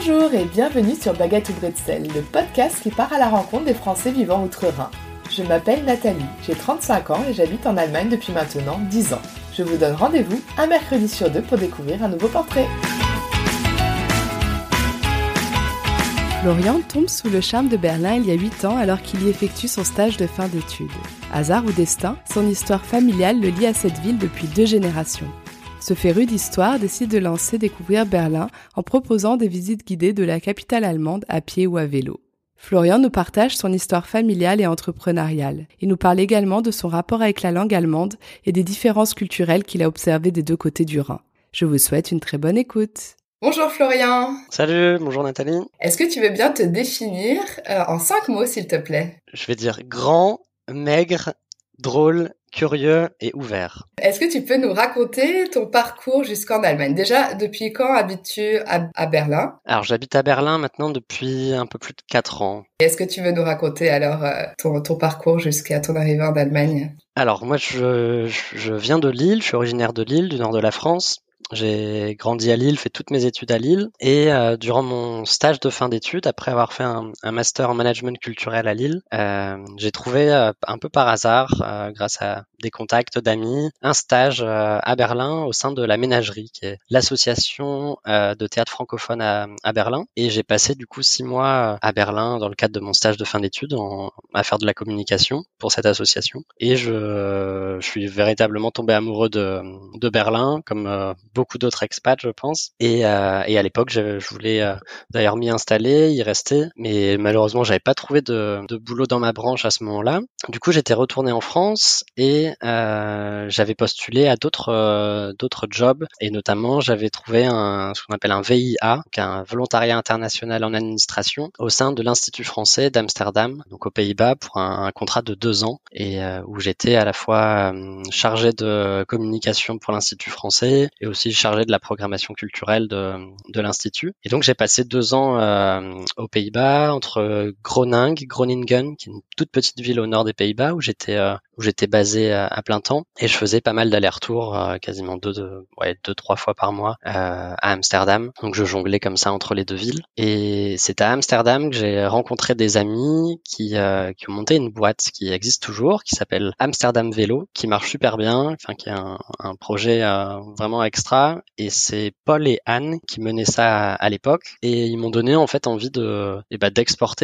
Bonjour et bienvenue sur Baguette ou Bretzel, le podcast qui part à la rencontre des Français vivant outre-Rhin. Je m'appelle Nathalie, j'ai 35 ans et j'habite en Allemagne depuis maintenant 10 ans. Je vous donne rendez-vous un mercredi sur deux pour découvrir un nouveau portrait. Florian tombe sous le charme de Berlin il y a 8 ans alors qu'il y effectue son stage de fin d'études. Hasard ou destin, son histoire familiale le lie à cette ville depuis 2 générations. Ce féru d'histoire décide de lancer Découvrir Berlin en proposant des visites guidées de la capitale allemande à pied ou à vélo. Florian nous partage son histoire familiale et entrepreneuriale. Il nous parle également de son rapport avec la langue allemande et des différences culturelles qu'il a observées des deux côtés du Rhin. Je vous souhaite une très bonne écoute. Bonjour Florian. Salut, bonjour Nathalie. Est-ce que tu veux bien te définir en 5 mots s'il te plaît ? Je vais dire grand, maigre, drôle, curieux et ouvert. Est-ce que tu peux nous raconter ton parcours jusqu'en Allemagne ? Déjà, depuis quand habites-tu à Berlin ? Alors j'habite à Berlin maintenant depuis un peu plus de 4 ans. Est-ce que tu veux nous raconter alors ton parcours jusqu'à ton arrivée en Allemagne ? Alors moi je viens de Lille, je suis originaire de Lille, du nord de la France. J'ai grandi à Lille, fait toutes mes études à Lille et durant mon stage de fin d'études, après avoir fait un master en management culturel à Lille, j'ai trouvé un peu par hasard, grâce à des contacts d'amis, un stage à Berlin au sein de la Ménagerie, qui est l'association de théâtre francophone à Berlin. Et j'ai passé du coup 6 mois à Berlin dans le cadre de mon stage de fin d'études à faire de la communication pour cette association. Et je suis véritablement tombé amoureux de Berlin, comme beaucoup d'autres expats, je pense. Et à l'époque, je voulais d'ailleurs m'y installer, y rester, mais malheureusement, j'avais pas trouvé de boulot dans ma branche à ce moment-là. Du coup, j'étais retourné en France et j'avais postulé à d'autres jobs, et notamment, j'avais trouvé ce qu'on appelle un VIA, donc un volontariat international en administration, au sein de l'Institut français d'Amsterdam, donc aux Pays-Bas, pour un contrat de 2 ans, et où j'étais à la fois chargé de communication pour l'Institut français et aussi chargé de la programmation culturelle de l'Institut. Et donc j'ai passé 2 ans aux Pays-Bas, entre Groningen, qui est une toute petite ville au nord des Pays-Bas, où j'étais basé à plein temps, et je faisais pas mal d'allers-retours, quasiment 2-3 fois par mois à Amsterdam. Donc je jonglais comme ça entre les deux villes. Et c'est à Amsterdam que j'ai rencontré des amis qui ont monté une boîte qui existe toujours, qui s'appelle Amsterdam Vélo, qui marche super bien, enfin qui est un projet vraiment extra, et c'est Paul et Anne qui menaient ça à l'époque, et ils m'ont donné en fait envie d'exporter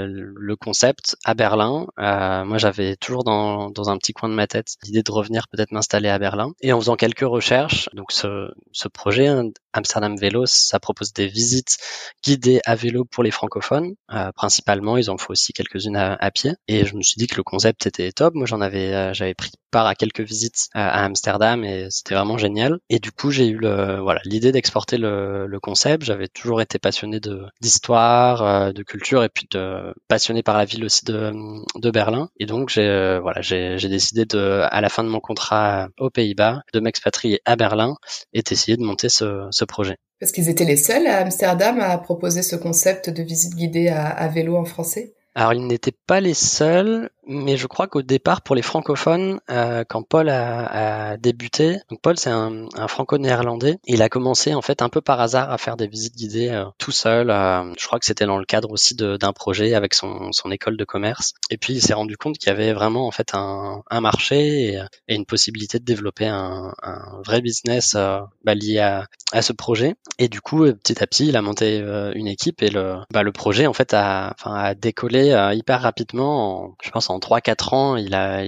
le concept à Berlin. Moi j'avais toujours dans un petit coin de ma tête l'idée de revenir peut-être m'installer à Berlin, et en faisant quelques recherches, donc ce projet Amsterdam Vélo, ça propose des visites guidées à vélo pour les francophones, principalement. Ils en font aussi quelques-unes à pied, et je me suis dit que le concept était top. Moi j'avais pris part à quelques visites à Amsterdam et c'était vraiment génial. Et du coup j'ai eu l'idée d'exporter le concept. J'avais toujours été passionné d'histoire, de culture, et puis passionné par la ville aussi de Berlin. Et donc j'ai décidé à la fin de mon contrat aux Pays-Bas de m'expatrier à Berlin et d'essayer de monter ce projet. Parce qu'ils étaient les seuls à Amsterdam à proposer ce concept de visite guidée à vélo en français ? Alors, ils n'étaient pas les seuls, mais je crois qu'au départ, pour les francophones, quand Paul a débuté, donc Paul, c'est un franco-néerlandais, il a commencé en fait un peu par hasard à faire des visites guidées tout seul. Je crois que c'était dans le cadre aussi d'un projet avec son école de commerce. Et puis, il s'est rendu compte qu'il y avait vraiment en fait un marché et une possibilité de développer un vrai business lié à ce projet. Et du coup, petit à petit, il a monté une équipe, et le projet en fait a décollé hyper rapidement. Je pense en 3-4 ans, il a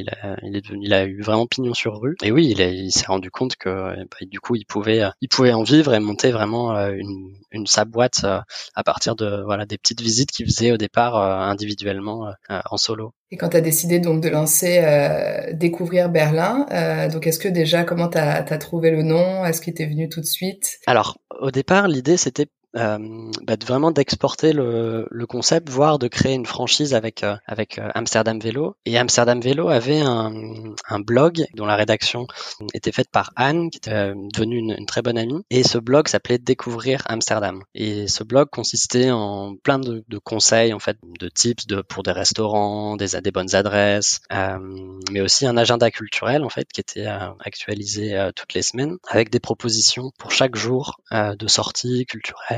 eu vraiment pignon sur rue. Et oui, il s'est rendu compte que du coup, il pouvait en vivre et monter vraiment sa boîte à partir des petites visites qu'il faisait au départ individuellement en solo. Et quand tu as décidé donc de lancer Découvrir Berlin, donc est-ce que déjà, comment t'as trouvé le nom ? Est-ce qu'il t'est venu tout de suite ? Alors, au départ, l'idée c'était vraiment d'exporter le concept, voire de créer une franchise avec Amsterdam Vélo. Et Amsterdam Vélo avait un blog dont la rédaction était faite par Anne, qui était devenue une très bonne amie. Et ce blog s'appelait Découvrir Amsterdam. Et ce blog consistait en plein de conseils, en fait, de tips pour des restaurants, des bonnes adresses, mais aussi un agenda culturel, en fait, qui était actualisé toutes les semaines, avec des propositions pour chaque jour de sorties culturelles,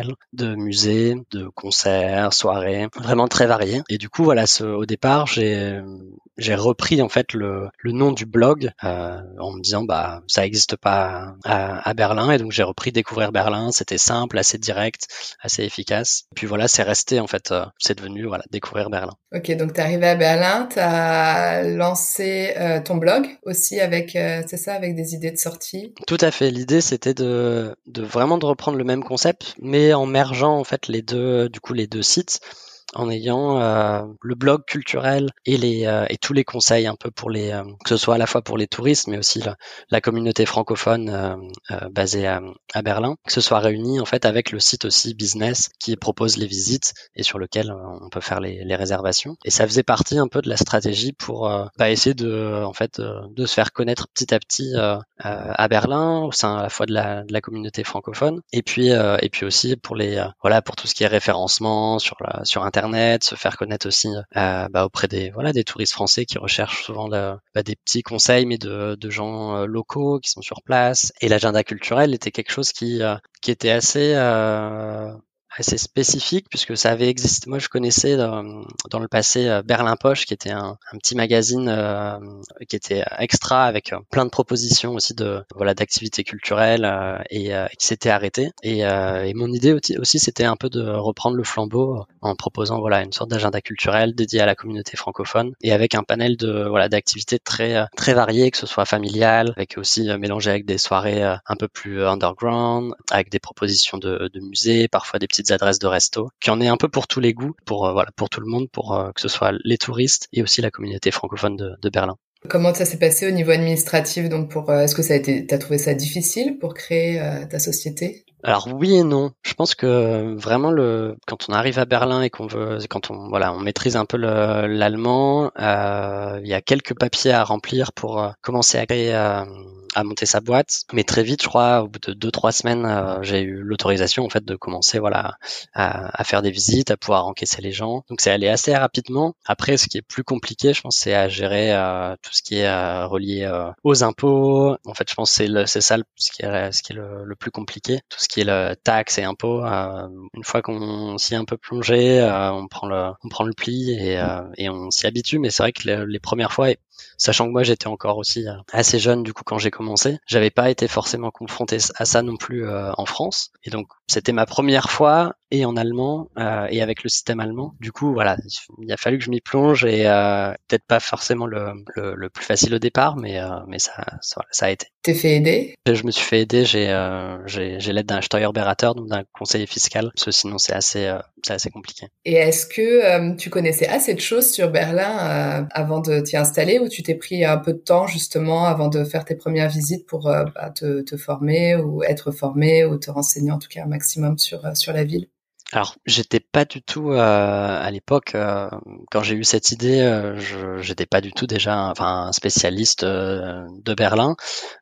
culturelle, de musées, de concerts, soirées, vraiment très variées. Et du coup, voilà, au départ, j'ai repris en fait le nom du blog en me disant ça n'existe pas à Berlin, et donc j'ai repris Découvrir Berlin. C'était simple, assez direct, assez efficace. Et puis voilà, c'est resté en fait, c'est devenu Découvrir Berlin. Ok, donc t'es arrivé à Berlin, t'as lancé ton blog aussi avec, c'est ça, avec des idées de sortie. Tout à fait. L'idée, c'était de vraiment de reprendre le même concept, mais en mergeant en fait les deux sites, en ayant le blog culturel et tous les conseils un peu pour que ce soit à la fois pour les touristes, mais aussi la communauté francophone basée à Berlin, que ce soit réuni en fait avec le site aussi business qui propose les visites et sur lequel on peut faire les réservations. Et ça faisait partie un peu de la stratégie pour essayer de se faire connaître petit à petit à Berlin, au sein à la fois de la communauté francophone, et puis aussi pour pour tout ce qui est référencement sur Internet, se faire connaître aussi auprès des touristes français qui recherchent souvent des petits conseils, mais de gens locaux qui sont sur place. Et l'agenda culturel était quelque chose qui était assez spécifique, puisque ça avait existé. Moi, je connaissais dans le passé Berlin Poche, qui était un petit magazine qui était extra avec plein de propositions aussi d'activités culturelles et qui s'était arrêté. Et mon idée aussi, c'était un peu de reprendre le flambeau en proposant une sorte d'agenda culturel dédié à la communauté francophone et avec un panel d'activités très très variées, que ce soit familiales, avec aussi mélangé avec des soirées un peu plus underground, avec des propositions de musées, parfois des petites adresses de resto, qui en est un peu pour tous les goûts, pour tout le monde, pour que ce soit les touristes et aussi la communauté francophone de Berlin. Comment ça s'est passé au niveau administratif? Donc est-ce que t'as trouvé ça difficile pour créer ta société? Alors oui et non. Je pense que vraiment quand on arrive à Berlin et quand on maîtrise un peu l'allemand, il y a quelques papiers à remplir pour commencer à créer, à monter sa boîte. Mais très vite, je crois, au bout de 2-3 semaines, j'ai eu l'autorisation en fait de commencer à faire des visites, à pouvoir encaisser les gens. Donc c'est allé assez rapidement. Après, ce qui est plus compliqué, je pense, c'est à gérer tout ce qui est relié aux impôts. En fait, je pense que c'est ça ce qui est le plus compliqué. Tout ce qui est le taxes et impôts. Une fois qu'on s'y est un peu plongé, on prend le pli et on s'y habitue. Mais c'est vrai que les premières fois, sachant que moi j'étais encore aussi assez jeune du coup quand j'ai commencé, j'avais pas été forcément confronté à ça non plus en France, et donc c'était ma première fois et en allemand et avec le système allemand. Du coup il a fallu que je m'y plonge et peut-être pas forcément le plus facile au départ, mais ça a été. T'es fait aider? Je me suis fait aider, j'ai l'aide d'un Steuerberater, donc d'un conseiller fiscal, parce que sinon c'est assez compliqué. Et est-ce que tu connaissais assez de choses sur Berlin avant de t'y installer, ou tu t'es pris un peu de temps justement avant de faire tes premières visites pour te former ou être formé ou te renseigner en tout cas un maximum sur la ville? Alors, j'étais pas du tout à l'époque quand j'ai eu cette idée, j'étais pas du tout déjà un spécialiste de Berlin.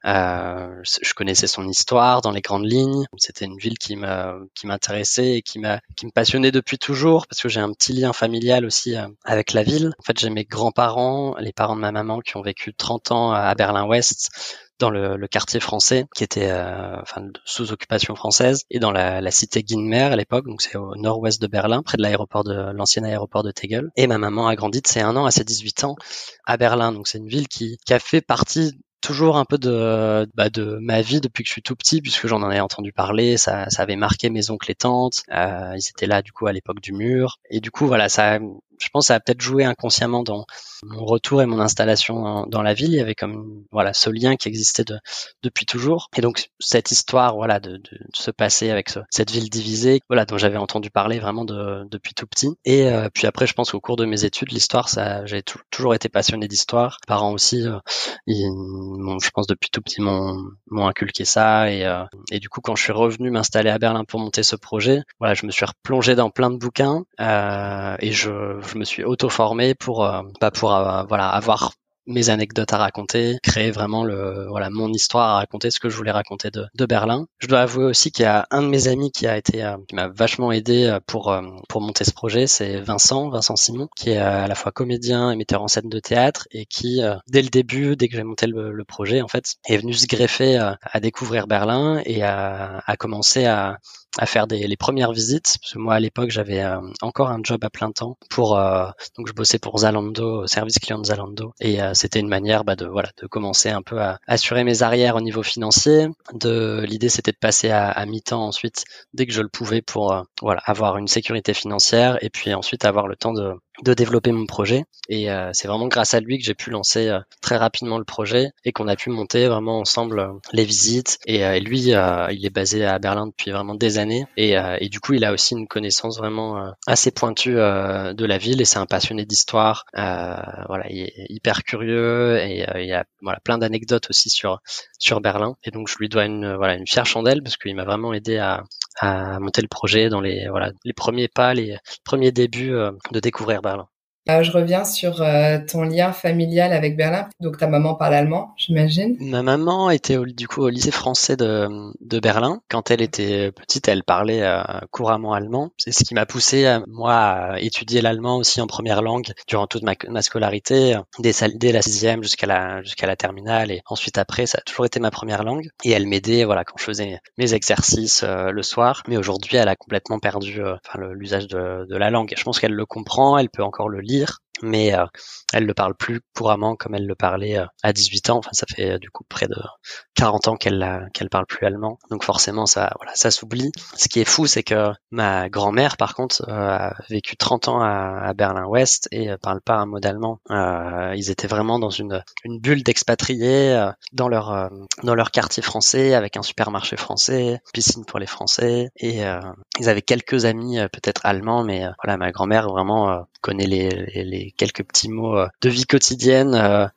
Je connaissais son histoire dans les grandes lignes. C'était une ville qui m'intéressait et qui me passionnait depuis toujours, parce que j'ai un petit lien familial aussi avec la ville. En fait, j'ai mes grands-parents, les parents de ma maman, qui ont vécu 30 ans à Berlin-Ouest, dans le quartier français qui était sous occupation française, et dans la cité Ginmer à l'époque, donc c'est au nord-ouest de Berlin, près de l'ancien aéroport de Tegel. Et ma maman a grandi de ses 1 an à ses 18 ans à Berlin, donc c'est une ville qui a fait partie toujours un peu de ma vie depuis que je suis tout petit, puisque j'en ai entendu parler. Ça avait marqué mes oncles et tantes, ils étaient là du coup à l'époque du mur, et du coup je pense que ça a peut-être joué inconsciemment dans mon retour et mon installation dans la ville. Il y avait comme ce lien qui existait depuis toujours, et donc cette histoire de se passer avec cette ville divisée, dont j'avais entendu parler vraiment depuis tout petit. Et puis après, je pense qu'au cours de mes études, l'histoire, j'ai toujours été passionné d'histoire. Mes parents aussi, je pense depuis tout petit m'ont inculqué ça, et du coup quand je suis revenu m'installer à Berlin pour monter ce projet, je me suis replongé dans plein de bouquins et je me suis auto-formé pour avoir mes anecdotes à raconter, créer vraiment mon histoire à raconter, ce que je voulais raconter de Berlin. Je dois avouer aussi qu'il y a un de mes amis qui m'a vachement aidé pour monter ce projet, c'est Vincent Simon, qui est à la fois comédien et metteur en scène de théâtre, et qui dès le début, dès que j'ai monté le projet, en fait, est venu se greffer à Découvrir Berlin et à commencer à à faire les premières visites, parce que moi à l'époque j'avais encore un job à plein temps donc je bossais pour Zalando, service client de Zalando, et c'était une manière de commencer un peu à assurer mes arrières au niveau financier. L'idée c'était de passer à mi-temps ensuite dès que je le pouvais pour avoir une sécurité financière et puis ensuite avoir le temps de développer mon projet. Et c'est vraiment grâce à lui que j'ai pu lancer très rapidement le projet et qu'on a pu monter vraiment ensemble les visites. Et lui, il est basé à Berlin depuis vraiment des années. Et du coup, il a aussi une connaissance vraiment assez pointue de la ville et c'est un passionné d'histoire. Il est hyper curieux et il y a plein d'anecdotes aussi sur Berlin. Et donc, je lui dois une fière chandelle parce qu'il m'a vraiment aidé à monter le projet dans les premiers pas, les premiers débuts de découvrir Berlin. Je reviens sur ton lien familial avec Berlin. Donc ta maman parle allemand, j'imagine. Ma maman était du coup au lycée français de Berlin. Quand elle était petite, elle parlait couramment allemand. C'est ce qui m'a poussé moi à étudier l'allemand aussi en première langue durant toute ma scolarité, dès la sixième jusqu'à la terminale. Et ensuite après, ça a toujours été ma première langue. Et elle m'aidait quand je faisais mes exercices le soir. Mais aujourd'hui, elle a complètement perdu l'usage de la langue. Je pense qu'elle le comprend, elle peut encore le lire, mais elle le parle plus couramment comme elle le parlait à 18 ans. Enfin, ça fait du coup près de 40 ans qu'elle parle plus allemand. Donc forcément, ça s'oublie. Ce qui est fou, c'est que ma grand-mère, par contre, a vécu 30 ans à Berlin-Ouest et parle pas un mot d'allemand. Ils étaient vraiment dans une bulle d'expatriés dans leur quartier français avec un supermarché français, piscine pour les Français et ils avaient quelques amis peut-être allemands, mais ma grand-mère vraiment connaît les quelques petits mots de vie quotidienne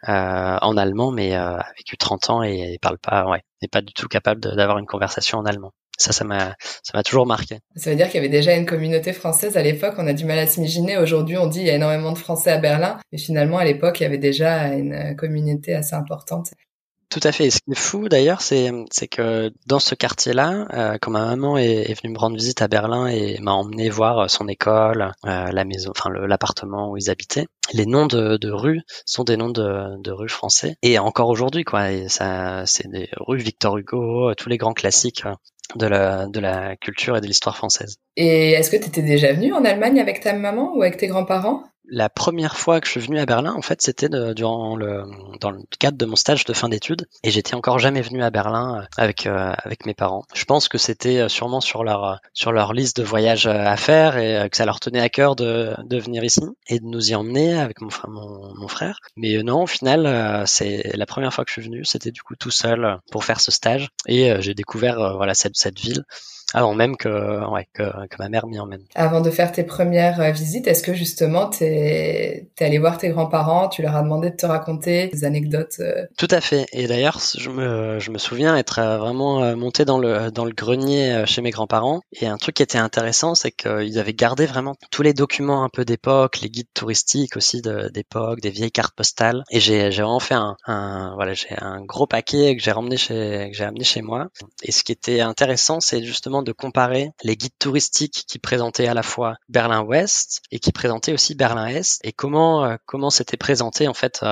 en allemand, mais a vécu 30 ans et parle pas, n'est pas du tout capable d'avoir une conversation en allemand. Ça m'a toujours marqué. Ça veut dire qu'il y avait déjà une communauté française à l'époque. On a du mal à s'imaginer. Aujourd'hui, on dit il y a énormément de Français à Berlin, mais finalement à l'époque, il y avait déjà une communauté assez importante. Tout à fait. Et ce qui est fou d'ailleurs, c'est que dans ce quartier-là, quand ma maman est venue me rendre visite à Berlin et m'a emmené voir son école, la maison, l'appartement où ils habitaient, les noms de rues sont des noms de rues français. Et encore aujourd'hui, et ça, c'est des rues Victor Hugo, tous les grands classiques de la culture et de l'histoire française. Et est-ce que tu étais déjà venu en Allemagne avec ta maman ou avec tes grands-parents ? La première fois que je suis venu à Berlin, en fait, c'était dans le cadre de mon stage de fin d'études, et j'étais encore jamais venu à Berlin avec mes parents. Je pense que c'était sûrement sur leur liste de voyages à faire et que ça leur tenait à cœur de venir ici et de nous y emmener avec mon frère. Mais non, au final, c'est la première fois que je suis venu, c'était du coup tout seul pour faire ce stage et j'ai découvert cette ville. Avant même que ma mère m'y emmène. Avant de faire tes premières visites, est-ce que justement t'es allé voir tes grands-parents, tu leur as demandé de te raconter des anecdotes Tout à fait. Et d'ailleurs, je me souviens être vraiment monté dans le grenier chez mes grands-parents. Et un truc qui était intéressant, c'est qu'ils avaient gardé vraiment tous les documents un peu d'époque, les guides touristiques aussi d'époque, des vieilles cartes postales. Et j'ai vraiment fait j'ai un gros paquet que j'ai amené chez moi. Et ce qui était intéressant, c'est justement de comparer les guides touristiques qui présentaient à la fois Berlin-Ouest et qui présentaient aussi Berlin-Est et comment c'était présenté en fait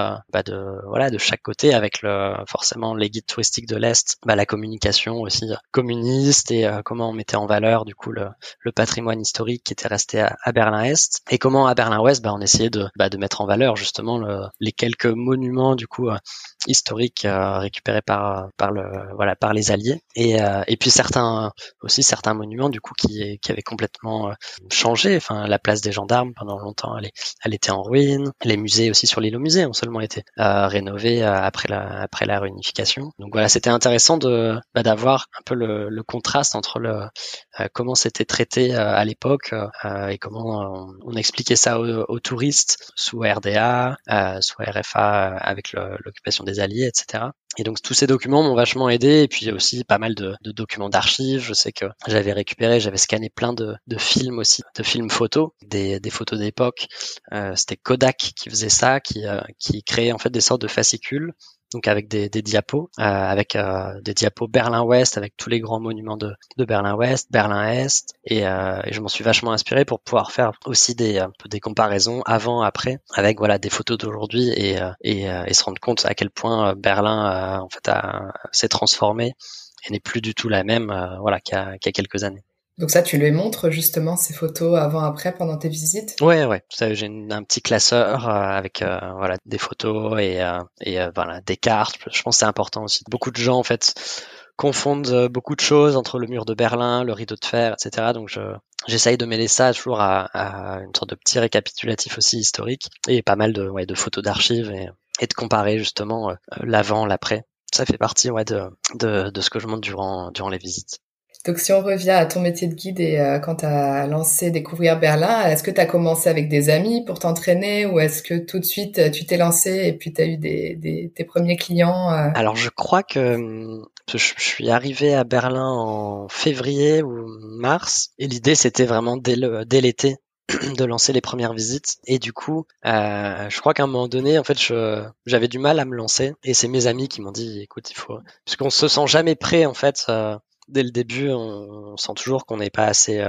de chaque côté avec forcément les guides touristiques de l'Est, la communication aussi communiste et comment on mettait en valeur du coup le patrimoine historique qui était resté à Berlin-Est et comment à Berlin-Ouest on essayait de mettre en valeur justement les quelques monuments du coup historiques récupérés par les Alliés et puis certains monuments du coup qui avaient complètement changé. Enfin, la place des gendarmes pendant longtemps, elle était en ruine. Les musées aussi sur l'île aux musées ont seulement été rénovés après la réunification. Donc voilà, c'était intéressant d'avoir un peu le contraste entre comment c'était traité à l'époque et comment on expliquait ça aux touristes sous RDA, sous RFA avec l'occupation des Alliés, etc. Et donc tous ces documents m'ont vachement aidé et puis aussi pas mal de documents d'archives. Je sais que j'avais scanné plein de films aussi, de films photos, des photos d'époque. C'était Kodak qui faisait ça, qui créait en fait des sortes de fascicules. Donc avec des diapos, des diapos Berlin-Ouest avec tous les grands monuments de Berlin-Ouest, Berlin-Est, et je m'en suis vachement inspiré pour pouvoir faire aussi des comparaisons avant-après avec des photos d'aujourd'hui et se rendre compte à quel point Berlin s'est transformé et n'est plus du tout la même qu'il y a quelques années. Donc ça, tu les montres justement, ces photos avant-après pendant tes visites? Ouais. Ça, j'ai un petit classeur avec voilà des photos et voilà des cartes. Je pense que c'est important aussi. Beaucoup de gens en fait confondent beaucoup de choses entre le mur de Berlin, le rideau de fer, etc. Donc j'essaye de mêler ça toujours à une sorte de petit récapitulatif aussi historique et pas mal de photos d'archives et de comparer justement l'avant, l'après. Ça fait partie de ce que je montre durant les visites. Donc si on revient à ton métier de guide et quand tu as lancé Découvrir Berlin, est-ce que tu as commencé avec des amis pour t'entraîner ou est-ce que tout de suite tu t'es lancé et puis tu as eu tes premiers clients Alors je crois que je suis arrivé à Berlin en février ou mars et l'idée c'était vraiment dès l'été de lancer les premières visites et du coup je crois qu'à un moment donné en fait j'avais du mal à me lancer et c'est mes amis qui m'ont dit écoute il faut parce qu'on se sent jamais prêt en fait dès le début, on sent toujours qu'on n'est pas assez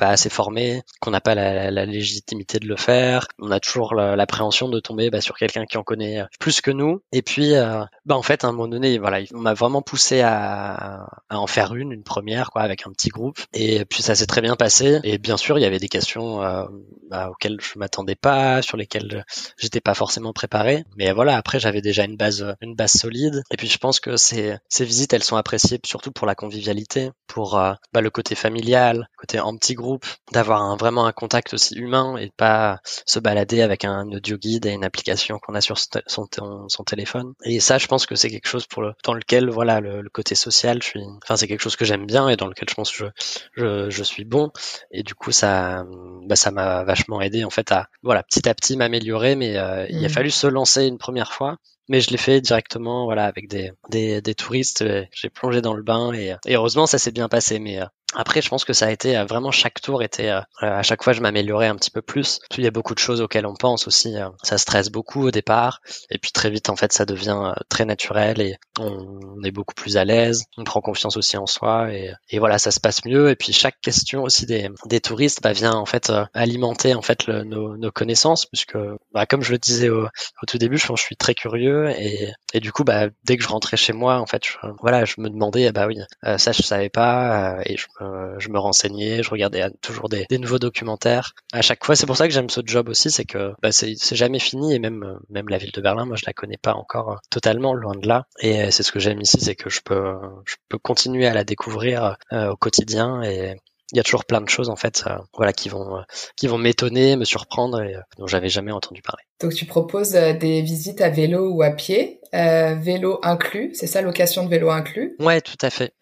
formé, qu'on n'a pas la légitimité de le faire. On a toujours l'appréhension de tomber sur quelqu'un qui en connaît plus que nous. Et puis, en fait, à un moment donné, voilà, on m'a vraiment poussé à en faire une première, quoi, avec un petit groupe. Et puis ça s'est très bien passé. Et bien sûr, il y avait des questions auxquelles je m'attendais pas, sur lesquelles j'étais pas forcément préparé. Mais voilà, après, j'avais déjà une base solide. Et puis, je pense que ces visites, elles sont appréciées surtout pour la convivialité, pour le côté familial, côté en petit groupe, d'avoir vraiment un contact aussi humain et pas se balader avec un audio guide et une application qu'on a sur son téléphone. Et ça, je pense que c'est quelque chose dans lequel voilà le côté social, c'est quelque chose que j'aime bien et dans lequel je pense que je suis bon. Et du coup, ça m'a vachement aidé en fait à petit à petit m'améliorer. Mais il a fallu se lancer une première fois. Mais je l'ai fait directement, voilà, avec des touristes. J'ai plongé dans le bain et heureusement ça s'est bien passé. Mais après, je pense que ça a été vraiment chaque tour était à chaque fois je m'améliorais un petit peu plus. Il y a beaucoup de choses auxquelles on pense aussi. Ça stresse beaucoup au départ et puis très vite en fait ça devient très naturel et on est beaucoup plus à l'aise. On prend confiance aussi en soi et voilà ça se passe mieux. Et puis chaque question aussi des touristes vient en fait alimenter en fait nos connaissances puisque comme je le disais au tout début, je suis très curieux et du coup dès que je rentrais chez moi en fait je me demandais ça je savais pas et je me renseignais, je regardais toujours des nouveaux documentaires à chaque fois. C'est pour ça que j'aime ce job aussi, c'est que c'est jamais fini et même la ville de Berlin, moi je la connais pas encore totalement, loin de là. Et c'est ce que j'aime ici, c'est que je peux continuer à la découvrir au quotidien et il y a toujours plein de choses en fait qui vont m'étonner, me surprendre et dont j'avais jamais entendu parler. Donc tu proposes des visites à vélo ou à pied, vélo inclus, c'est ça, location de vélo inclus? Ouais, tout à fait.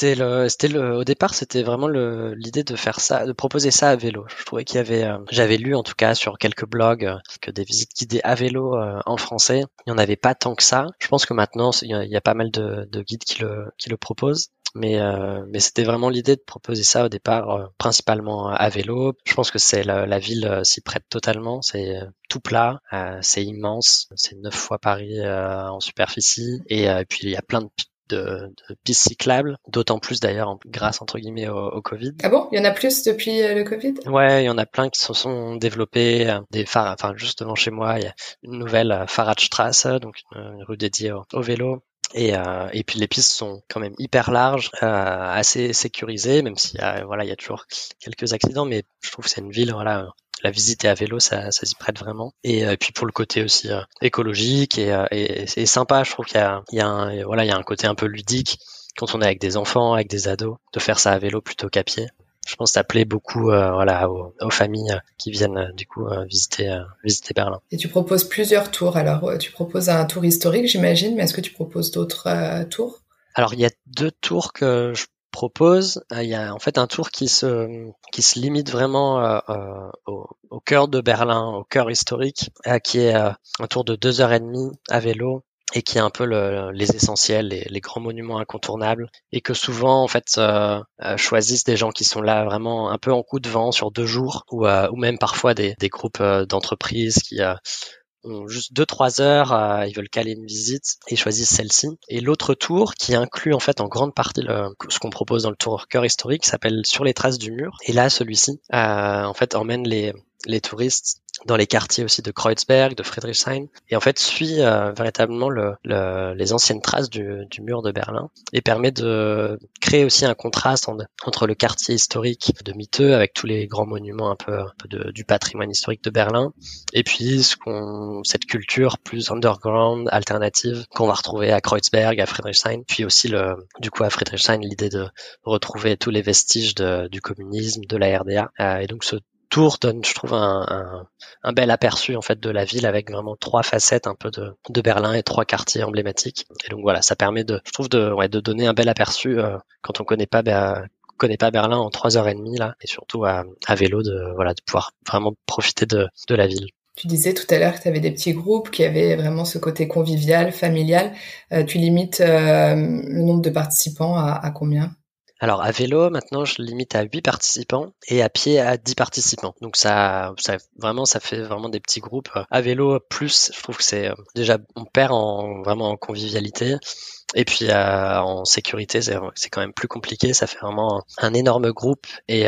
Au départ, c'était vraiment l'idée de faire ça, de proposer ça à vélo. Je trouvais qu'il y avait, j'avais lu en tout cas sur quelques blogs que des visites guidées à vélo en français, il n'y en avait pas tant que ça. Je pense que maintenant, il y a pas mal de guides qui le proposent. Mais c'était vraiment l'idée de proposer ça au départ, principalement à vélo. Je pense que la ville s'y prête totalement. C'est tout plat, c'est immense, c'est 9 fois Paris en superficie, et puis il y a plein de pistes cyclables, d'autant plus d'ailleurs grâce entre guillemets au Covid. Ah bon, il y en a plus depuis le Covid? Ouais, il y en a plein qui se sont développés, justement chez moi, il y a une nouvelle Fahrradstraße, donc une rue dédiée au vélo. Et puis les pistes sont quand même hyper larges, assez sécurisées, même s'il y a toujours quelques accidents, mais je trouve que c'est une ville, la visite à vélo, ça s'y prête vraiment. Et puis pour le côté aussi écologique et c'est sympa, je trouve qu'il y a un côté un peu ludique quand on est avec des enfants, avec des ados, de faire ça à vélo plutôt qu'à pied. Je pense que ça plaît beaucoup aux familles qui viennent du coup visiter Berlin. Et tu proposes plusieurs tours. Alors, tu proposes un tour historique, j'imagine, mais est-ce que tu proposes d'autres tours? Alors, il y a 2 tours que je propose. Il y a en fait un tour qui se limite vraiment au cœur de Berlin, au cœur historique, qui est un tour de 2h30 à vélo, et qui est un peu les essentiels, les grands monuments incontournables, et que souvent en fait choisissent des gens qui sont là vraiment un peu en coup de vent sur 2 jours, ou même parfois des groupes d'entreprises qui ont juste 2-3 heures, ils veulent caler une visite et choisissent celle-ci. Et l'autre tour, qui inclut en fait en grande partie ce qu'on propose dans le tour cœur historique, s'appelle Sur les traces du mur. Et là, celui-ci en fait emmène les touristes dans les quartiers aussi de Kreuzberg, de Friedrichshain, et en fait suit véritablement les anciennes traces du mur de Berlin, et permet de créer aussi un contraste entre le quartier historique de Mitte avec tous les grands monuments un peu du patrimoine historique de Berlin, et puis cette culture plus underground, alternative, qu'on va retrouver à Kreuzberg, à Friedrichshain, puis aussi du coup à Friedrichshain, l'idée de retrouver tous les vestiges du communisme, de la RDA, et donc ce tour donne, je trouve, un bel aperçu en fait de la ville avec vraiment 3 facettes un peu de Berlin et 3 quartiers emblématiques. Et donc voilà, ça permet je trouve de donner un bel aperçu quand on connaît pas Berlin en 3h30 là, et surtout à vélo de pouvoir vraiment profiter de la ville. Tu disais tout à l'heure que tu avais des petits groupes qui avaient vraiment ce côté convivial, familial. Tu limites le nombre de participants à combien ? Alors à vélo, maintenant je limite à 8 participants et à pied à 10 participants. Donc ça fait vraiment des petits groupes. À vélo plus, je trouve que c'est déjà on perd vraiment en convivialité. Et puis en sécurité, c'est quand même plus compliqué. Ça fait vraiment un énorme groupe et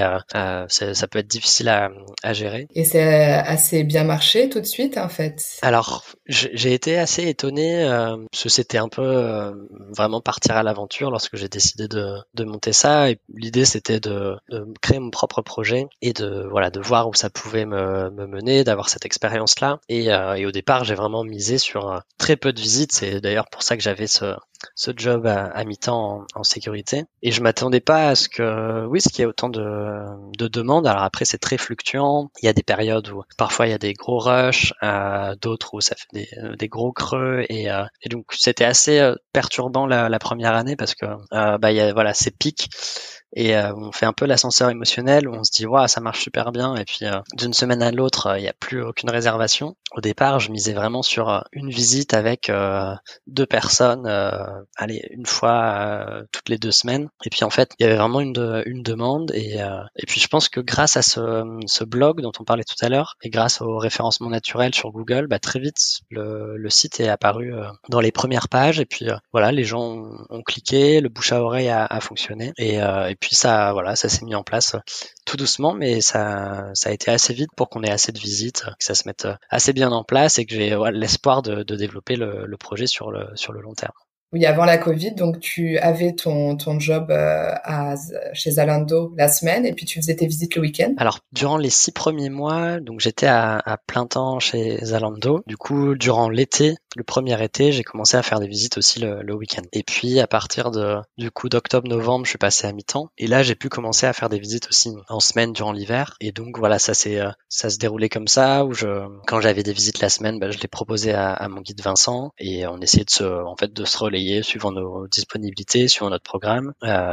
ça peut être difficile à gérer. Et c'est assez bien marché tout de suite en fait. Alors j'ai été assez étonné parce que c'était un peu vraiment partir à l'aventure lorsque j'ai décidé de monter ça. Et l'idée c'était de créer mon propre projet et de voir où ça pouvait me mener, d'avoir cette expérience là. Et au départ j'ai vraiment misé sur très peu de visites. C'est d'ailleurs pour ça que j'avais ce job à mi-temps en sécurité, et je m'attendais pas à ce qu'il y ait autant de demandes. Alors après c'est très fluctuant, il y a des périodes où parfois il y a des gros rushs, d'autres où ça fait des gros creux, et donc c'était assez perturbant la première année parce que il y a ces pics. Et on fait un peu l'ascenseur émotionnel où on se dit waouh, ça marche super bien, et puis d'une semaine à l'autre il n'y a plus aucune réservation. Au départ je misais vraiment sur une visite avec 2 personnes, une fois toutes les 2 semaines, et puis en fait il y avait vraiment une demande, et puis je pense que grâce à ce blog dont on parlait tout à l'heure et grâce au référencement naturel sur Google, très vite le site est apparu dans les premières pages, et puis les gens ont cliqué, le bouche à oreille a fonctionné, et puis ça s'est mis en place tout doucement, mais ça a été assez vite pour qu'on ait assez de visites, que ça se mette assez bien en place, et que j'ai l'espoir de développer le projet sur le long terme. Oui, avant la Covid, donc tu avais ton job chez Zalando la semaine, et puis tu faisais tes visites le week-end. Alors, durant les 6 premiers mois, donc j'étais à plein temps chez Zalando. Du coup, durant l'été, le premier été, j'ai commencé à faire des visites aussi le week-end. Et puis, à partir d'octobre-novembre, je suis passé à mi-temps. Et là, j'ai pu commencer à faire des visites aussi en semaine durant l'hiver. Et donc, ça se déroulait comme ça, où quand j'avais des visites la semaine, je les proposais à mon guide Vincent, et on essayait de se relayer suivant nos disponibilités, suivant notre programme.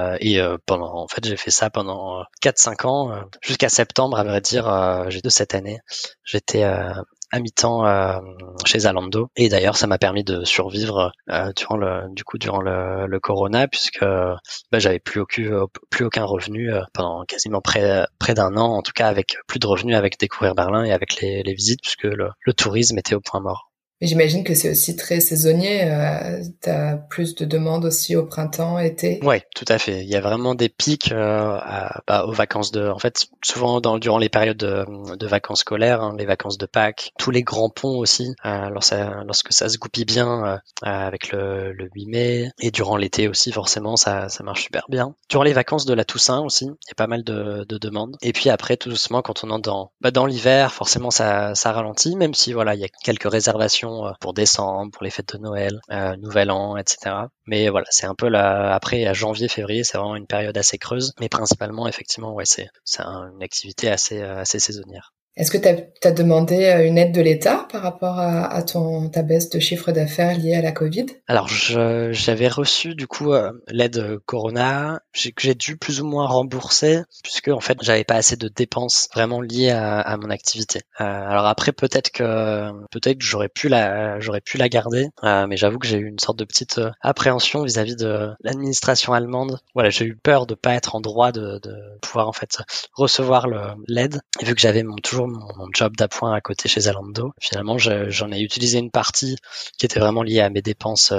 J'ai fait ça pendant 4-5 ans, jusqu'à septembre, à vrai dire, de cette année. J'étais à mi-temps chez Zalando, et d'ailleurs ça m'a permis de survivre durant le corona, puisque j'avais plus aucun revenu pendant quasiment près d'un an, en tout cas avec plus de revenus avec Découvrir Berlin et avec les visites, puisque le tourisme était au point mort. Mais j'imagine que c'est aussi très saisonnier. T'as plus de demandes aussi au printemps, été. Ouais, tout à fait. Il y a vraiment des pics aux vacances en fait, souvent durant les périodes de vacances scolaires, les vacances de Pâques, tous les grands ponts aussi, lorsque ça se goupille bien avec le 8 mai, et durant l'été aussi, forcément, ça marche super bien. Durant les vacances de la Toussaint aussi, il y a pas mal de demandes. Et puis après, tout doucement, quand on entre dans l'hiver, forcément, ça ralentit, même si il y a quelques réservations pour décembre, pour les fêtes de Noël, Nouvel An, etc. Mais c'est un peu après, à janvier, février, c'est vraiment une période assez creuse, mais principalement, effectivement, c'est une activité assez saisonnière. Est-ce que t'as demandé une aide de l'État par rapport à ta baisse de chiffre d'affaires liée à la Covid ? Alors, j'avais reçu du coup l'aide Corona, que j'ai dû plus ou moins rembourser, puisque en fait j'avais pas assez de dépenses vraiment liées à mon activité. Alors après, peut-être que j'aurais pu la garder, mais j'avoue que j'ai eu une sorte de petite appréhension vis-à-vis de l'administration allemande. J'ai eu peur de pas être en droit de pouvoir en fait recevoir l'aide, et vu que j'avais toujours mon job d'appoint à côté chez Zalando, finalement j'en ai utilisé une partie qui était vraiment liée à mes dépenses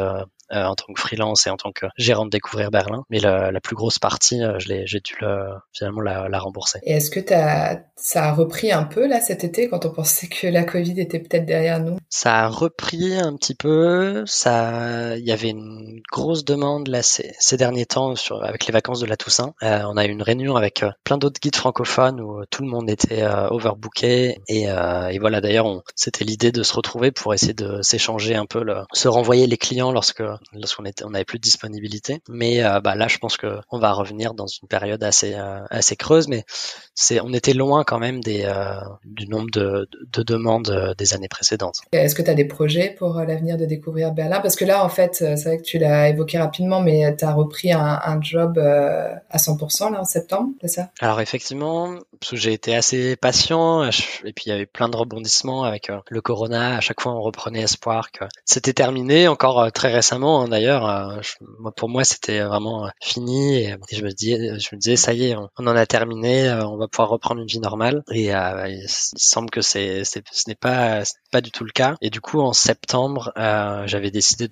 en tant que freelance et en tant que gérant de Découvrir Berlin. Mais la plus grosse partie, j'ai dû finalement la rembourser. Et est-ce que ça a repris un peu là cet été quand on pensait que la Covid était peut-être derrière nous? Ça a repris un petit peu. Il y avait une grosse demande là ces derniers temps avec les vacances de la Toussaint. On a eu une réunion avec plein d'autres guides francophones où tout le monde était overbooké et voilà. D'ailleurs, c'était l'idée de se retrouver pour essayer de s'échanger un peu, se renvoyer les clients lorsqu'on avait plus de disponibilité. Mais là, je pense que on va revenir dans une période assez creuse, mais on était loin quand même du nombre de demandes des années précédentes. Est-ce que tu as des projets pour l'avenir de Découvrir Berlin? Parce que là, en fait, c'est vrai que tu l'as évoqué rapidement, mais tu as repris un job à 100% là en septembre, c'est ça? Alors effectivement, parce que j'ai été assez patient et puis il y avait plein de rebondissements avec le corona. À chaque fois, on reprenait espoir que c'était terminé. Encore très récemment, hein, d'ailleurs, pour moi, c'était vraiment fini et je me disais, ça y est, on en a terminé, on va pouvoir reprendre une vie normale. Et il semble que ce n'est pas du tout le cas. Et du coup, en septembre, j'avais décidé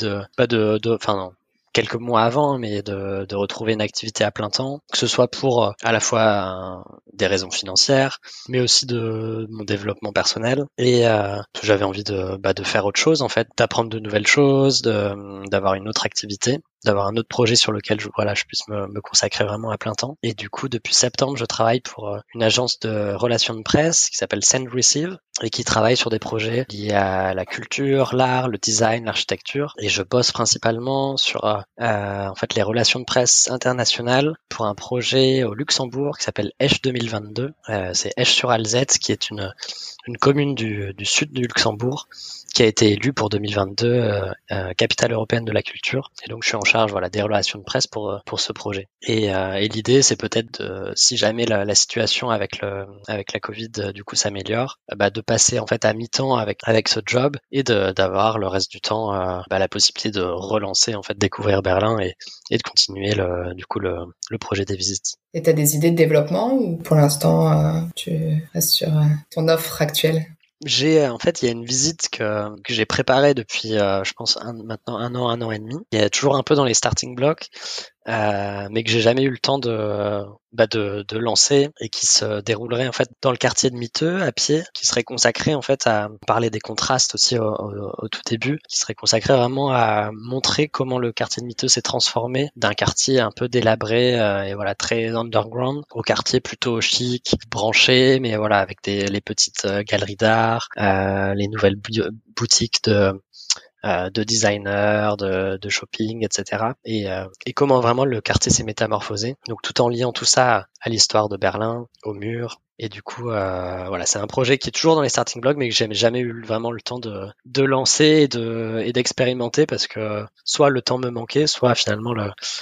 quelques mois avant, mais de retrouver une activité à plein temps, que ce soit pour à la fois des raisons financières, mais aussi de mon développement personnel. Et j'avais envie de faire autre chose, en fait, d'apprendre de nouvelles choses, d'avoir une autre activité, d'avoir un autre projet sur lequel je puisse me consacrer vraiment à plein temps. Et du coup, depuis septembre, je travaille pour une agence de relations de presse qui s'appelle Send Receive et qui travaille sur des projets liés à la culture, l'art, le design, l'architecture. Et je bosse principalement sur en fait les relations de presse internationales pour un projet au Luxembourg qui s'appelle Esch 2022. C'est Esch-sur-Alzette, qui est une commune du sud du Luxembourg, qui a été élue pour 2022 capitale européenne de la culture. Et donc je suis en charge des relations de presse pour ce projet. Et l'idée, c'est peut-être si jamais la situation avec la Covid du coup s'améliore, de passer en fait à mi-temps avec ce job et d'avoir le reste du temps la possibilité de relancer en fait Découvrir Berlin et de continuer le projet des visites. Et tu as des idées de développement ou pour l'instant tu restes sur ton offre actuelle? Il y a une visite que j'ai préparée depuis, je pense, maintenant un an et demi. Il y a toujours un peu dans les starting blocks, mais que j'ai jamais eu le temps de lancer et qui se déroulerait en fait dans le quartier de Miteux à pied, qui serait consacré en fait à parler des contrastes aussi au tout début, qui serait consacré vraiment à montrer comment le quartier de Miteux s'est transformé d'un quartier un peu délabré et très underground au quartier plutôt chic, branché, mais avec les petites galeries d'art, les nouvelles boutiques de designers, de shopping, etc. Et comment vraiment le quartier s'est métamorphosé. Donc tout en liant tout ça à l'histoire de Berlin, aux murs. Et du coup, c'est un projet qui est toujours dans les starting blocks, mais que j'ai jamais eu vraiment le temps de lancer et d'expérimenter parce que soit le temps me manquait, soit finalement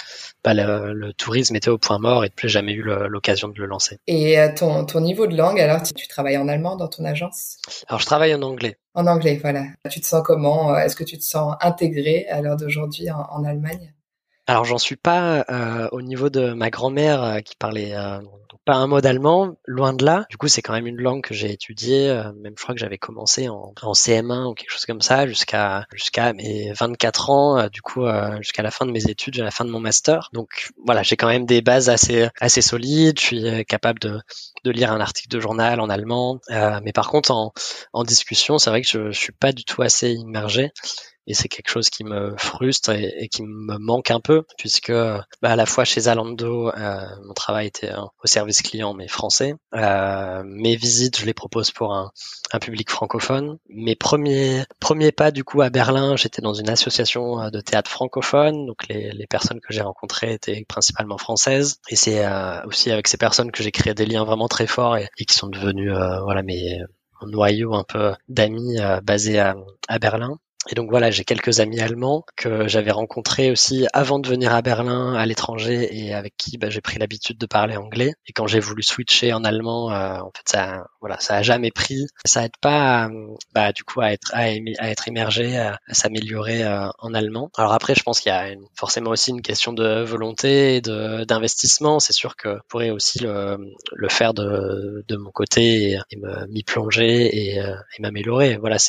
le tourisme était au point mort et depuis j'ai jamais eu l'occasion de le lancer. Et ton niveau de langue, alors tu travailles en allemand dans ton agence? Alors je travaille en anglais. En anglais, voilà. Tu te sens comment? Est-ce que tu te sens intégré à l'heure d'aujourd'hui en Allemagne? Alors j'en suis pas au niveau de ma grand-mère qui parlait pas un mot d'allemand, loin de là. Du coup, c'est quand même une langue que j'ai étudiée, même je crois que j'avais commencé en CM1 ou quelque chose comme ça jusqu'à mes 24 ans, jusqu'à la fin de mes études, à la fin de mon master. Donc voilà, j'ai quand même des bases assez solides, je suis capable de lire un article de journal en allemand, mais par contre en discussion, c'est vrai que je suis pas du tout assez immergé. Et c'est quelque chose qui me frustre et qui me manque un peu, puisque à la fois chez Zalando, mon travail était au service client, mais français. Mes visites, je les propose pour un public francophone. Mes premiers pas, du coup, à Berlin, j'étais dans une association de théâtre francophone, donc les personnes que j'ai rencontrées étaient principalement françaises. Et c'est aussi avec ces personnes que j'ai créé des liens vraiment très forts et qui sont devenus mon noyau un peu d'amis basés à Berlin. Et donc voilà, j'ai quelques amis allemands que j'avais rencontrés aussi avant de venir à Berlin, à l'étranger, et avec qui j'ai pris l'habitude de parler anglais. Et quand j'ai voulu switcher en allemand, en fait ça a jamais pris. Ça aide pas du coup à être immergé, à s'améliorer en allemand. Alors après, je pense qu'il y a forcément aussi une question de volonté et d'investissement. C'est sûr que je pourrais aussi le faire de mon côté et m'y plonger et m'améliorer. Voilà, c'est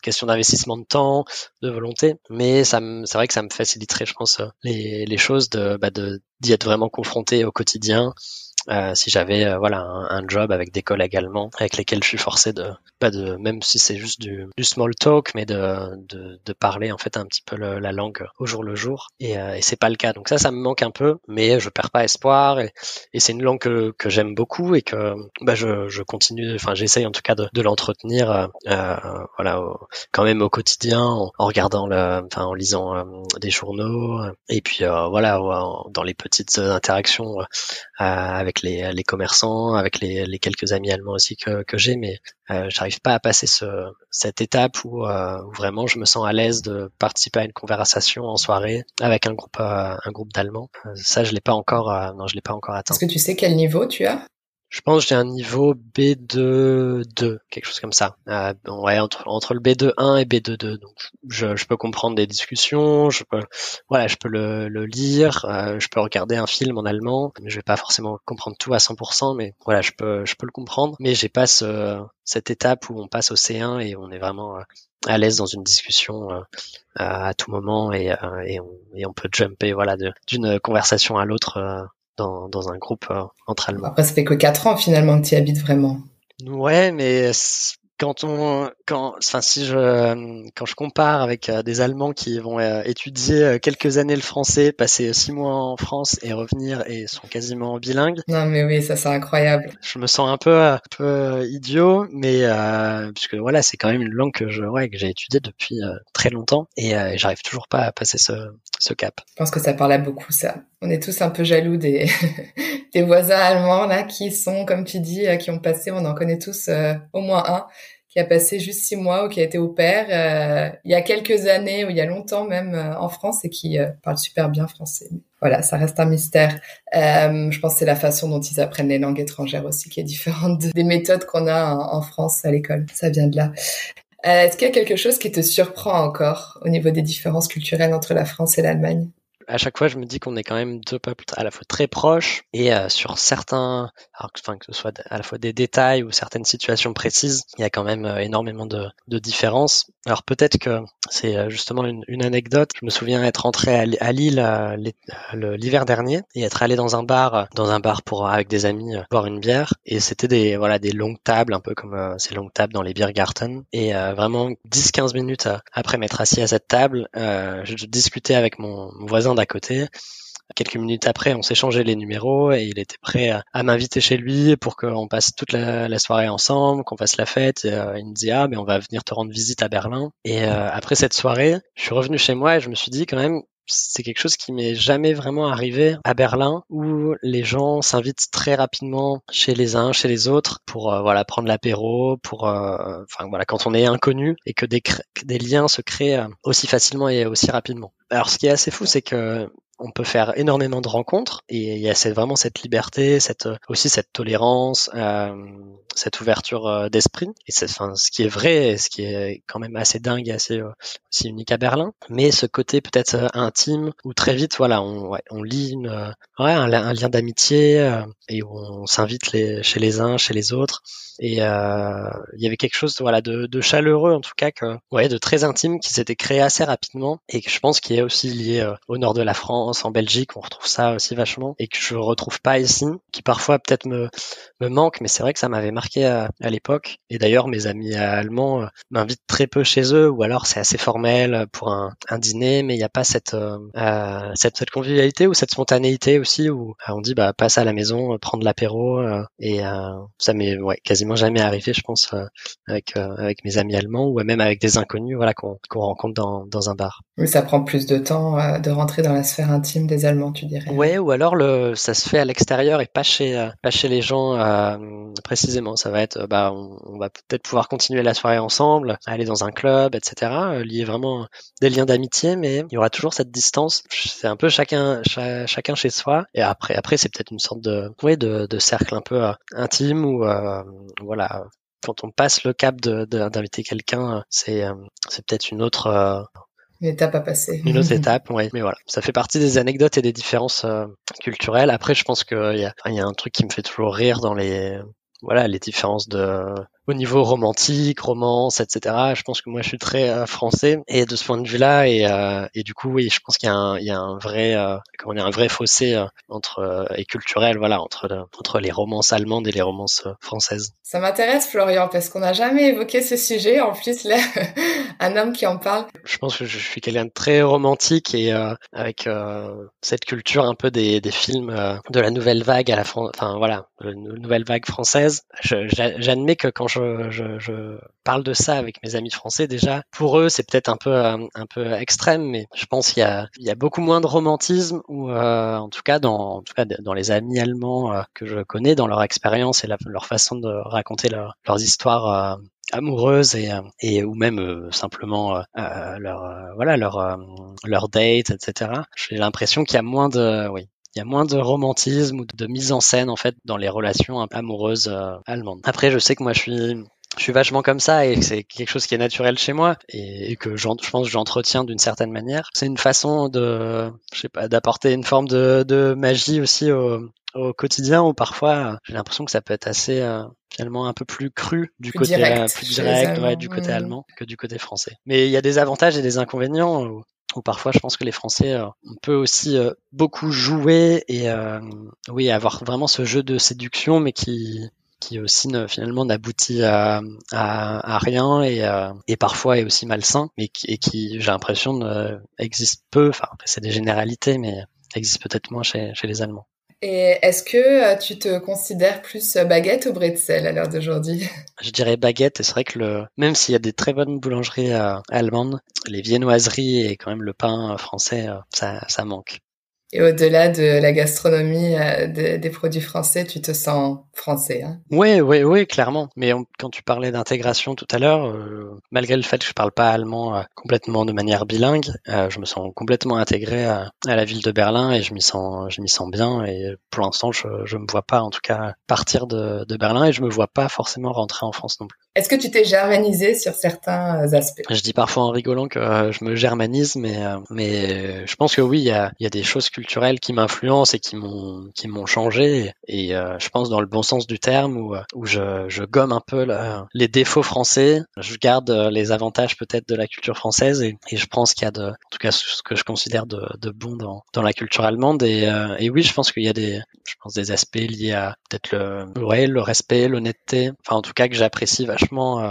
question d'investissement de temps, de volonté, mais c'est vrai que ça me faciliterait, je pense, les choses d'y être vraiment confronté au quotidien. Si j'avais un job avec des collègues allemands avec lesquels je suis forcé de même si c'est juste du small talk, mais de parler en fait un petit peu la langue au jour le jour, et c'est pas le cas, donc ça me manque un peu, mais je perds pas espoir, et c'est une langue que j'aime beaucoup et que je continue, enfin j'essaye en tout cas de l'entretenir quand même au quotidien, en regardant en lisant des journaux, et puis dans les petites interactions avec les commerçants, avec les quelques amis allemands aussi que j'ai, mais j'arrive pas à passer cette étape où vraiment je me sens à l'aise de participer à une conversation en soirée avec un groupe d'Allemands. Ça, je l'ai pas encore atteint. Est-ce que tu sais quel niveau tu as? Je pense que j'ai un niveau B2, quelque chose comme ça. Entre le B2-1 et B2-2. Donc, je peux comprendre des discussions, je peux le lire, je peux regarder un film en allemand. Je vais pas forcément comprendre tout à 100%, mais voilà, je peux le comprendre. Mais j'ai pas cette étape où on passe au C1 et on est vraiment à l'aise dans une discussion à tout moment, et on peut jumper d'une conversation à l'autre. Dans un groupe entre Allemands. Après, ça fait que 4 ans finalement que tu y habites vraiment. Ouais, mais quand je compare avec des Allemands qui vont étudier quelques années le français, passer 6 mois en France et revenir et sont quasiment bilingues. Non mais oui, ça c'est incroyable. Je me sens un peu idiot, mais puisque voilà, c'est quand même une langue que j'ai étudiée depuis très longtemps, et j'arrive toujours pas à passer ce cap. Je pense que ça parle à beaucoup, ça. On est tous un peu jaloux des des voisins allemands là qui sont, comme tu dis, qui ont passé, on en connaît tous au moins un qui a passé juste 6 mois ou qui a été au pair il y a quelques années ou il y a longtemps même en France, et qui parle super bien français. Voilà, ça reste un mystère. Je pense que c'est la façon dont ils apprennent les langues étrangères aussi qui est différente des méthodes qu'on a en France à l'école. Ça vient de là. Est-ce qu'il y a quelque chose qui te surprend encore au niveau des différences culturelles entre la France et l'Allemagne? À chaque fois, je me dis qu'on est quand même deux peuples à la fois très proches, et sur certains, que ce soit à la fois des détails ou certaines situations précises, il y a quand même énormément de différences. Alors peut-être que c'est justement une anecdote. Je me souviens être rentré à Lille l'hiver dernier et être allé dans un bar avec des amis boire une bière, et c'était des longues tables, un peu comme ces longues tables dans les Biergarten, et vraiment 10-15 minutes après m'être assis à cette table, je discutais avec mon voisin d'à côté. Quelques minutes après, on s'échangeait les numéros et il était prêt à m'inviter chez lui pour qu'on passe toute la soirée ensemble, qu'on fasse la fête. Et, il me dit mais on va venir te rendre visite à Berlin. Et après cette soirée, je suis revenu chez moi et je me suis dit quand même, c'est quelque chose qui m'est jamais vraiment arrivé à Berlin, où les gens s'invitent très rapidement chez les uns, chez les autres, pour prendre l'apéro, quand on est inconnu, et que des liens se créent aussi facilement et aussi rapidement. Alors ce qui est assez fou, c'est que on peut faire énormément de rencontres, et il y a vraiment cette liberté, cette tolérance, cette ouverture d'esprit, et ce qui est vrai, et ce qui est quand même assez dingue et assez aussi unique à Berlin. Mais ce côté peut-être intime, où très vite on lie un lien d'amitié, et où on s'invite chez les uns, chez les autres. Et il y avait quelque chose de chaleureux, en tout cas, de très intime, qui s'était créé assez rapidement, et que je pense qui est aussi lié au nord de la France, en Belgique, on retrouve ça aussi vachement, et que je retrouve pas ici, qui parfois peut-être me manque, mais c'est vrai que ça m'avait marqué à l'époque. Et d'ailleurs, mes amis allemands m'invitent très peu chez eux, ou alors c'est assez formel pour un dîner, mais il n'y a pas cette convivialité ou cette spontanéité aussi, où on dit passe à la maison, prendre l'apéro, et ça m'est quasiment jamais arrivé, je pense, avec mes amis allemands, ou même avec des inconnus qu'on rencontre dans un bar. Oui, ça prend plus de temps de rentrer dans la sphère intime des Allemands, tu dirais. Ouais, ou alors ça se fait à l'extérieur et pas chez les gens précisément. Ça va être on va peut-être pouvoir continuer la soirée ensemble, aller dans un club, etc. Lier vraiment des liens d'amitié, mais il y aura toujours cette distance. C'est un peu chacun chez soi. Et après c'est peut-être une sorte de cercle un peu intime, où quand on passe le cap d'inviter quelqu'un, c'est peut-être une autre étape à passer. Une autre étape, ouais. Mais voilà, ça fait partie des anecdotes et des différences culturelles. Après, je pense qu'il y a un truc qui me fait toujours rire dans les différences de au niveau romantique, romance, etc. Je pense que moi je suis très français et de ce point de vue-là et du coup oui, je pense qu'il y a un vrai un vrai fossé et culturel voilà entre les romances allemandes et les romances françaises. Ça m'intéresse Florian parce qu'on n'a jamais évoqué ce sujet. En plus là, un homme qui en parle. Je pense que je suis quelqu'un de très romantique et avec cette culture un peu des films de la nouvelle vague à la enfin voilà, la nouvelle vague française. J'admets que quand je parle de ça avec mes amis français, déjà pour eux c'est peut-être un peu extrême, mais je pense qu'il y a beaucoup moins de romantisme ou en tout cas dans les amis allemands que je connais, dans leur expérience et leur façon de raconter leurs histoires amoureuses et ou même simplement leur date, etc. J'ai l'impression qu'il y a moins de romantisme ou de mise en scène en fait dans les relations amoureuses allemandes. Après, je sais que moi je suis vachement comme ça et que c'est quelque chose qui est naturel chez moi et que je pense que j'entretiens d'une certaine manière. C'est une façon d'apporter une forme de magie aussi au quotidien où parfois j'ai l'impression que ça peut être assez finalement un peu plus cru du côté plus direct du côté allemand que du côté français. Mais il y a des avantages et des inconvénients où parfois je pense que les Français on peut aussi beaucoup jouer et avoir vraiment ce jeu de séduction mais qui aussi finalement n'aboutit à rien et parfois est aussi malsain mais qui j'ai l'impression existe peu, enfin après c'est des généralités mais existe peut-être moins chez les Allemands. Et est-ce que tu te considères plus baguette ou bretzel à l'heure d'aujourd'hui? Je dirais baguette, et c'est vrai que même s'il y a des très bonnes boulangeries allemandes, les viennoiseries et quand même le pain français, ça manque. Et au-delà de la gastronomie des produits français, tu te sens français, hein? Oui, clairement. Mais quand tu parlais d'intégration tout à l'heure, malgré le fait que je parle pas allemand complètement de manière bilingue, je me sens complètement intégré à la ville de Berlin et je m'y sens bien. Et pour l'instant, je me vois pas, en tout cas, partir de Berlin et je me vois pas forcément rentrer en France non plus. Est-ce que tu t'es germanisé sur certains aspects? Je dis parfois en rigolant que je me germanise, mais je pense que oui, il y a des choses culturelles qui m'influencent et qui m'ont changé et je pense dans le bon sens du terme où je gomme un peu les défauts français, je garde les avantages peut-être de la culture française et je pense qu'il y a en tout cas ce que je considère de bon dans la culture allemande et oui, je pense qu'il y a des aspects liés à peut-être le respect, l'honnêteté, enfin en tout cas que j'apprécie vachement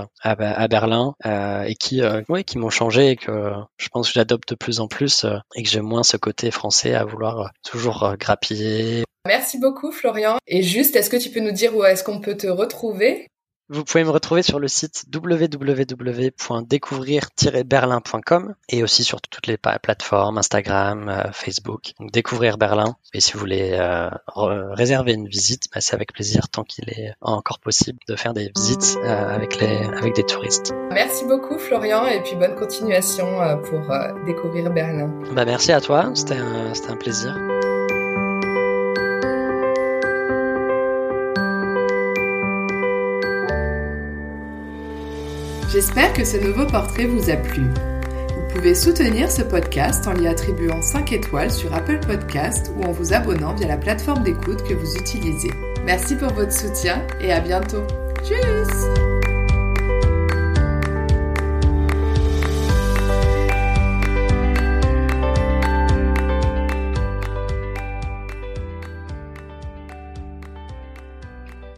à Berlin et qui m'ont changé et que je pense que j'adopte de plus en plus et que j'ai moins ce côté français à vouloir toujours grappiller. Merci beaucoup Florian. Et juste, est-ce que tu peux nous dire où est-ce qu'on peut te retrouver? Vous pouvez me retrouver sur le site www.découvrir-berlin.com et aussi sur toutes les plateformes, Instagram, Facebook. Donc Découvrir Berlin. Et si vous voulez réserver une visite, c'est avec plaisir tant qu'il est encore possible de faire des visites avec des touristes. Merci beaucoup Florian et puis bonne continuation pour Découvrir Berlin. Merci à toi, c'était un plaisir. J'espère que ce nouveau portrait vous a plu. Vous pouvez soutenir ce podcast en lui attribuant 5 étoiles sur Apple Podcast ou en vous abonnant via la plateforme d'écoute que vous utilisez. Merci pour votre soutien et à bientôt. Tchuss!